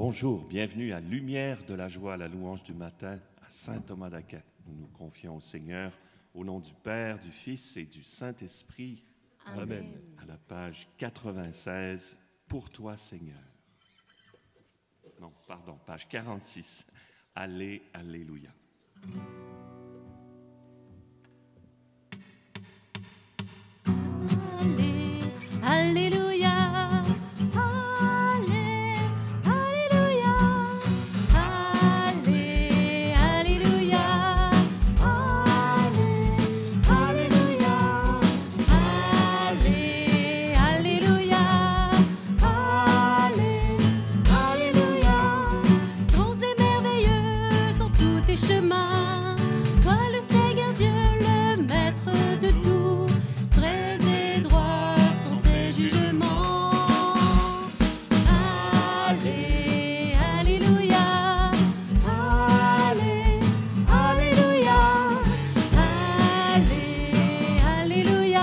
Bonjour, bienvenue à Lumière de la joie, la louange du matin à Saint Thomas d'Aquin. Nous nous confions au Seigneur au nom du Père, du Fils et du Saint-Esprit. Amen. À la page 96, pour toi Seigneur. Non, pardon, page 46. Allez, alléluia. Alléluia, allez, alléluia, allez, alléluia, allez, alléluia, allez, alléluia, allez, alléluia. Grands et merveilleux sont tous tes chemins, toi le Seigneur Dieu, le maître de tout. Vrais et droits sont tes jugements. Allez, alléluia, allez, alléluia, allez, alléluia,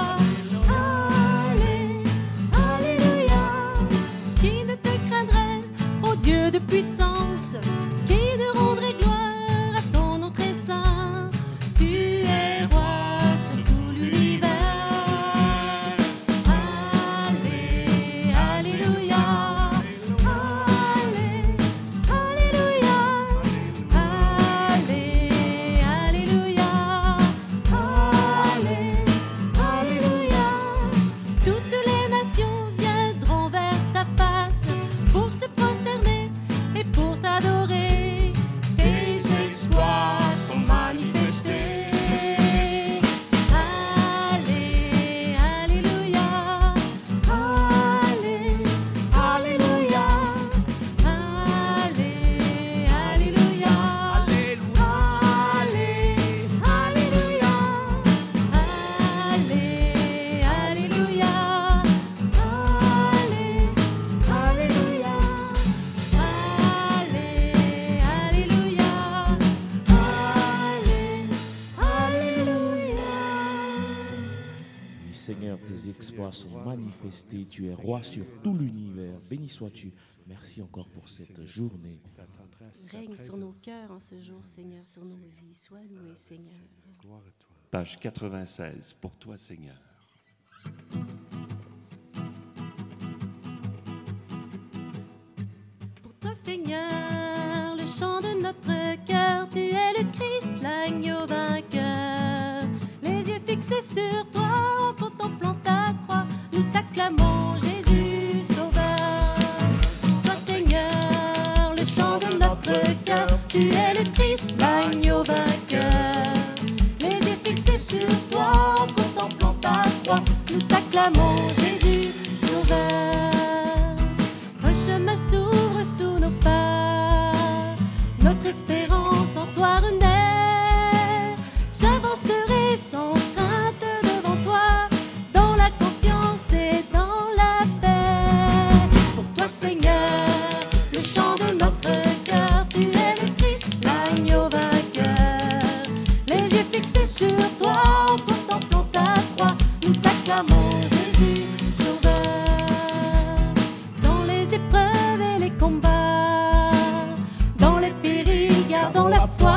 allez, alléluia. Qui ne te craindrait, ô Dieu de puissance, qui ne rendrait gloire à ton nom très saint? Tu es roi sur tout l'univers. Allez, alléluia, allez, alléluia, allez, alléluia, allez, alléluia. Toutes les nations viendront vers ta face pour se prosterner et pour t'adorer. Tes exploits sont manifestés. Allez, alléluia, allez, alléluia, allez, alléluia, allez, alléluia, allez, alléluia, allez, alléluia, allez, alléluia, allez, alléluia. Oui, Seigneur, tes exploits sont manifestés. Tu es roi sur tout l'univers. Béni sois-tu. Merci encore pour cette journée. Règne sur nos cœurs en ce jour, Seigneur, sur nos vies. Sois loué, Seigneur. Page 96, pour toi Seigneur. Pour toi, Seigneur, le chant de notre cœur, tu es le Christ, l'agneau vainqueur. Les yeux fixés sur toi, en contemplant ta croix, nous t'acclamons, Jésus Sauveur. Toi, Seigneur, le chant de notre cœur, tu es le Christ, l'agneau vainqueur. Les yeux fixés sur toi, en contemplant ta croix, nous t'acclamons, Jésus Sauveur. Un chemin s'ouvre sous nos pas, notre espérance en toi renaît. J'avancerai sans crainte devant toi, dans la confiance et dans la paix. Pour toi, Seigneur, le chant de notre cœur, tu es le Christ, l'agneau vainqueur. Les yeux fixés sur toi, en contemplant ta croix, nous t'acclamons, Jésus Sauveur. Dans les épreuves et les combats, dans les périls, gardons la foi.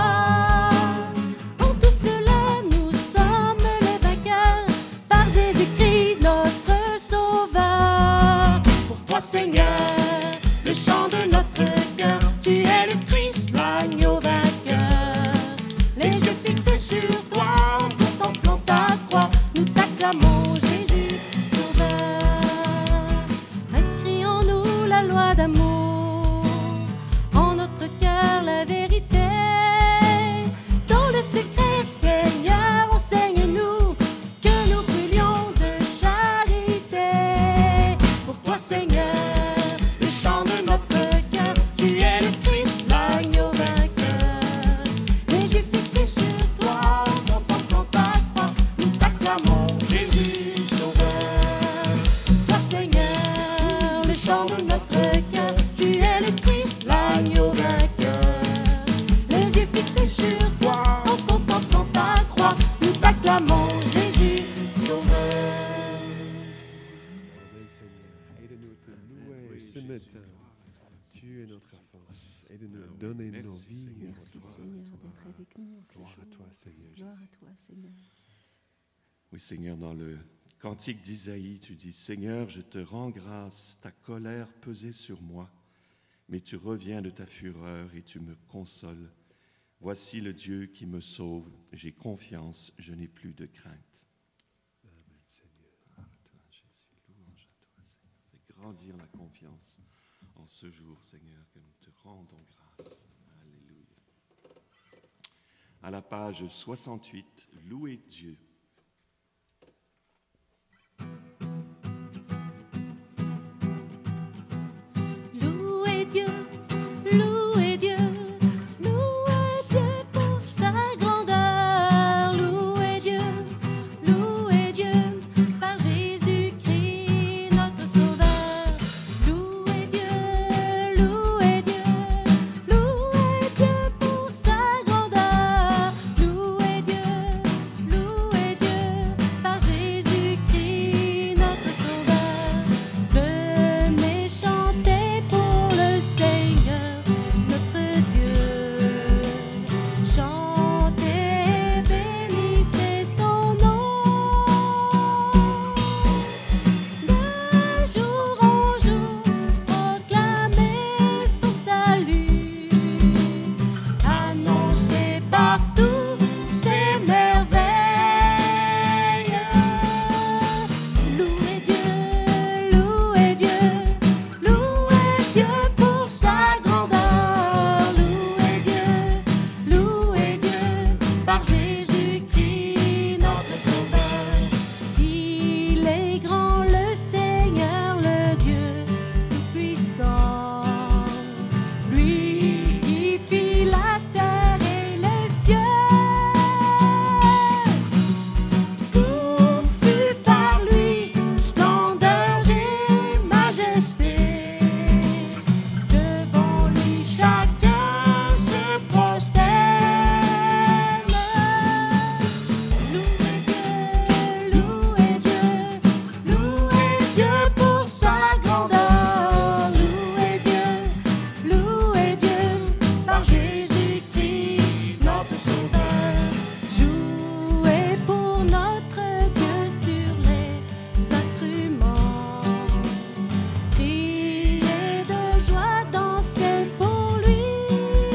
En tout cela, nous sommes les vainqueurs, par Jésus-Christ, notre Sauveur. Pour toi, Seigneur, le chant de notre cœur, tu es le Christ, l'agneau vainqueur. Les yeux fixés sur toi, en contemplant ta croix, nous t'acclamons, Jésus Sauveur. Inscris en nous la loi d'amour, en notre cœur la vérité. Dans le secret, Seigneur, enseigne-nous que nous brûlions de charité. Pour toi, Seigneur, le chant de notre cœur, tu es le Christ, l'agneau vainqueur. Les yeux fixés sur toi, en contemplant ta croix, nous t'acclamons, Jésus Sauveur. Toi, Seigneur, le chant de notre cœur, Tu es notre force et de nous donner nos Merci, vies. Seigneur. Merci Seigneur d'être avec nous en ce Gloire jour. à toi, Seigneur Gloire Jésus. à toi Seigneur. Oui, Seigneur, dans le cantique d'Isaïe, tu dis, Seigneur, je te rends grâce, ta colère pesait sur moi, mais tu reviens de ta fureur et tu me consoles. Voici le Dieu qui me sauve, j'ai confiance, je n'ai plus de crainte. Amen, Seigneur. À toi, Jésus, louange à toi, Seigneur. Fais grandir la confiance en ce jour, Seigneur, que nous te rendons grâce. Alléluia. À la page 68, louez Dieu. Louez Dieu, louez Dieu, louez Dieu pour sa grandeur. Louez Dieu, par Jésus-Christ notre Sauveur. Louez Dieu, louez Dieu pour sa grandeur. Louez Dieu, par Jésus-Christ notre Sauveur. Venez chanter pour le Seigneur notre Dieu. Chantez, bénissez son nom. De jour en jour, proclamez son salut. Annoncez partout ses merveilles. Louez Dieu pour sa grandeur. Louez Dieu, par Jésus-Christ notre Sauveur. Il est grand le Seigneur, le Dieu tout-puissant. Lui qui fit la terre et les cieux. Tout fut par lui, splendeur et majesté. Devant lui chacun se prosterne. Louez Dieu pour sa grandeur. Louez Dieu, par Jésus-Christ notre Sauveur. Jouez pour notre Dieu sur les instruments. Criez de joie, dansez pour lui.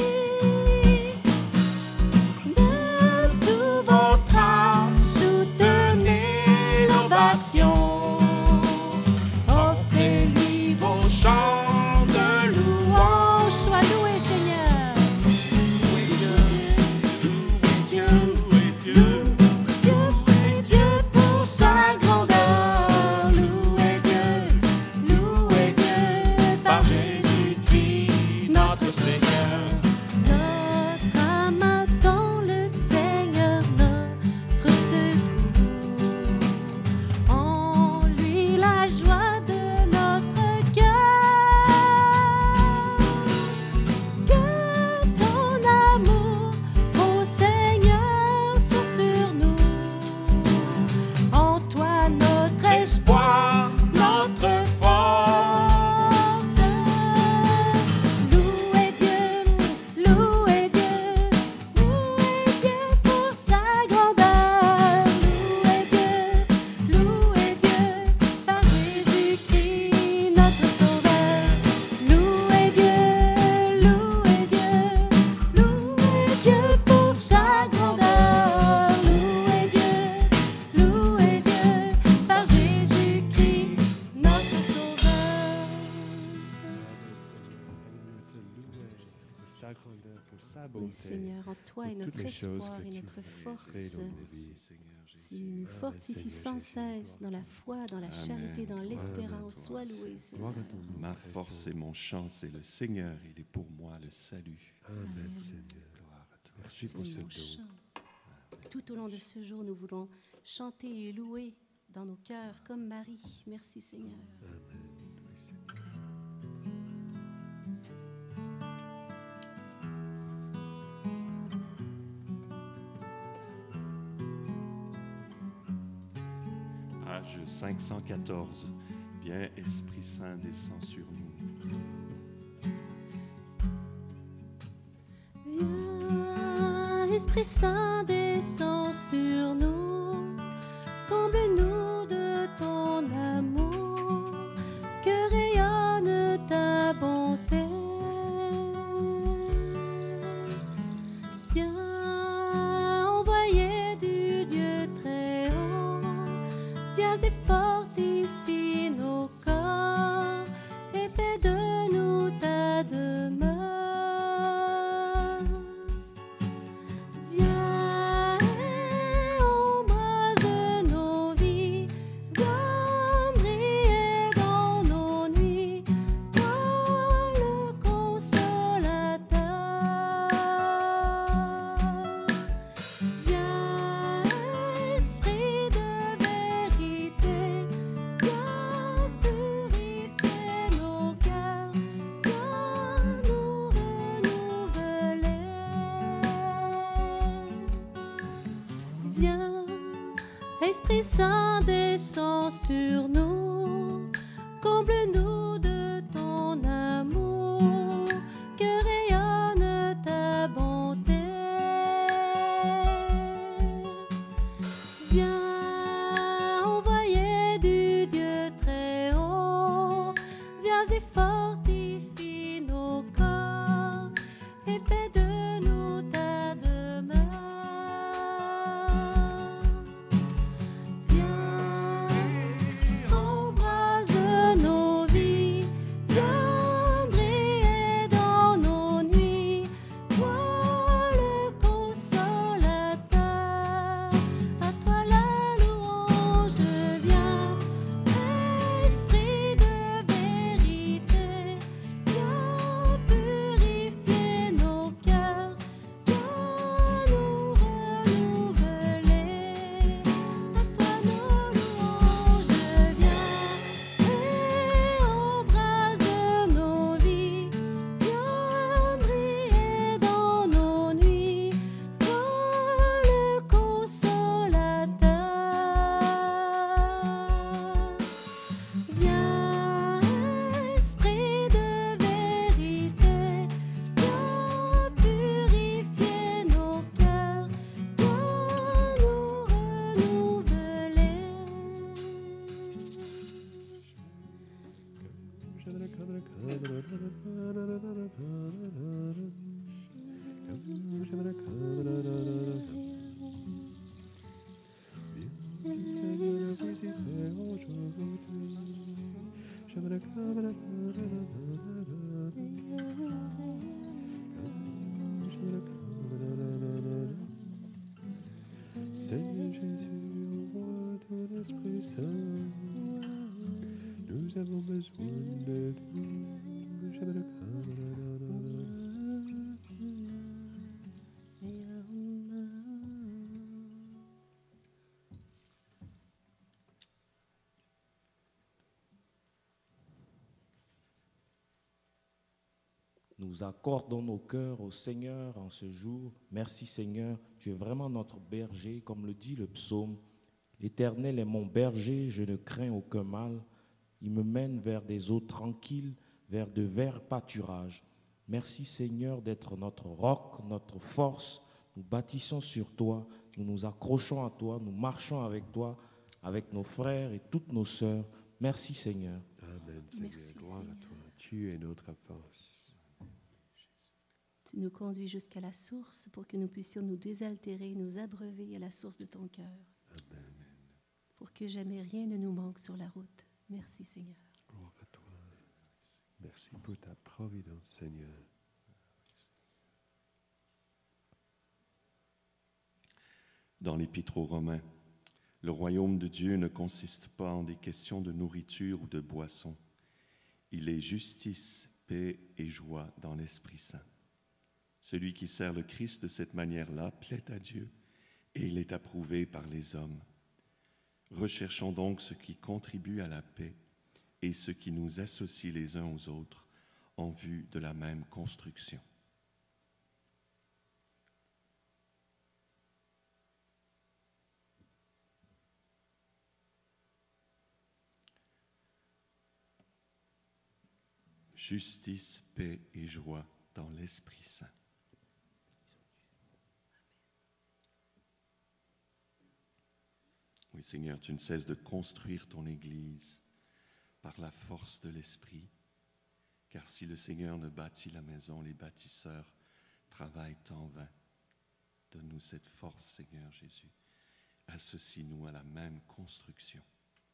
De tout votre âme, soutenez l'ovation. Offrez-lui vos chants de louange. Sois loué, Seigneur. Louez Dieu pour sa grandeur. Louez Dieu, par Jésus-Christ notre Seigneur. Notre âme attend le Seigneur, notre secours. En lui la joie de notre cœur. Que ton amour, ô Seigneur, soit sur nous. En toi notre espoir, notre force. Louez Dieu pour sa grandeur. Louez Dieu, par Jésus-Christ notre Sauveur. Louez Dieu pour sa grandeur. Louez Dieu, par Jésus-Christ notre Sauveur. Pour sa grandeur, pour sa Oui, bonté. Seigneur, en toi est pour toutes notre les choses espoir que et tu notre fais force. dans nos vies. Merci, Seigneur Jésus. Tu nous fortifies sans cesse dans la foi, dans la charité, dans l'espérance. Sois loué, Gloire Seigneur. à ton nom. Ma Très force saint. et mon chant, c'est le Seigneur. Il est pour moi le salut. Amen, Seigneur. Gloire à toi. Merci C'est pour ce mon don. chant. Tout au long de ce jour, nous voulons chanter et louer dans nos cœurs comme Marie. Merci, Seigneur. Amen. Oui, Seigneur. Page 514. Viens, Esprit Saint, descend sur nous. Esprit Saint, descend sur nous, comble-nous de ton amour, que rayonne ta bonté. Viens, envoyé du Dieu très haut, viens et fortifie nos corps, et fais de nous ta demeure. Viens et embrase nos vies, viens briller dans nos nuits, toi le consolateur. Viens, Esprit de vérité, viens purifier nos cœurs, viens nous renouveler. Viens, Esprit Saint, descend sur nous, comble-nous de ton amour, que rayonne ta bonté. Viens, envoyé du Dieu très haut, viens et fortifie nos corps, et fais de nous ta demeure. Viens, embrase nos vies, viens briller dans nos nuits, toi le consolateur. À toi la louange vient, Esprit de vérité, viens purifier nos cœurs, viens nous renouveler. À toi nos louanges viens, et embrase nos vies, viens briller dans nos nuits, toi le consolateur. Viens, Esprit de vérité, viens purifier nos cœurs, viens nous renouveler. Seigneur, visiterai aujourd'hui. Seigneur Jésus, envoie ton Esprit Saint. Nous avons besoin de Nous accordons nos cœurs au Seigneur en ce jour. Merci Seigneur, tu es vraiment notre berger, comme le dit le psaume. L'Éternel est mon berger, je ne crains aucun mal. Il me mène vers des eaux tranquilles, vers de verts pâturages. Merci Seigneur d'être notre roc, notre force. Nous bâtissons sur toi, nous nous accrochons à toi, nous marchons avec toi, avec nos frères et toutes nos sœurs. Merci Seigneur. Amen, Seigneur. Merci, Gloire à Seigneur. toi. Tu es notre force. Tu nous conduis jusqu'à la source pour que nous puissions nous désaltérer, nous abreuver à la source de ton cœur, Amen. pour que jamais rien ne nous manque sur la route. Merci Seigneur. Gloire à toi. Merci pour ta providence, Seigneur. Dans l'Épître aux Romains, le royaume de Dieu ne consiste pas en des questions de nourriture ou de boisson. Il est justice, paix et joie dans l'Esprit Saint. Celui qui sert le Christ de cette manière-là plaît à Dieu et il est approuvé par les hommes. Recherchons donc ce qui contribue à la paix et ce qui nous associe les uns aux autres en vue de la même construction. Justice, paix et joie dans l'Esprit Saint. Oui, Seigneur, tu ne cesses de construire ton Église par la force de l'Esprit, car si le Seigneur ne bâtit la maison, les bâtisseurs travaillent en vain. Donne-nous cette force, Seigneur Jésus. Associe-nous à la même construction.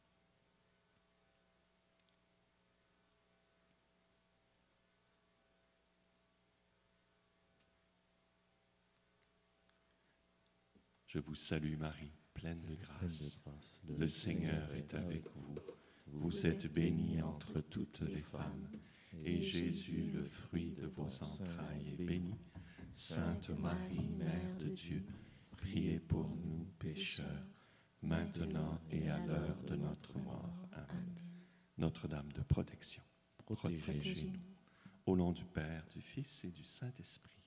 Je vous salue Marie, pleine de grâce. Le Seigneur est avec vous. Vous êtes bénie entre toutes les femmes, et Jésus, le fruit de vos entrailles, est béni. Sainte Marie, Mère de Dieu, priez pour nous pécheurs, maintenant et à l'heure de notre mort. Amen. Notre-Dame de protection, protégez-nous. Au nom du Père, du Fils et du Saint-Esprit.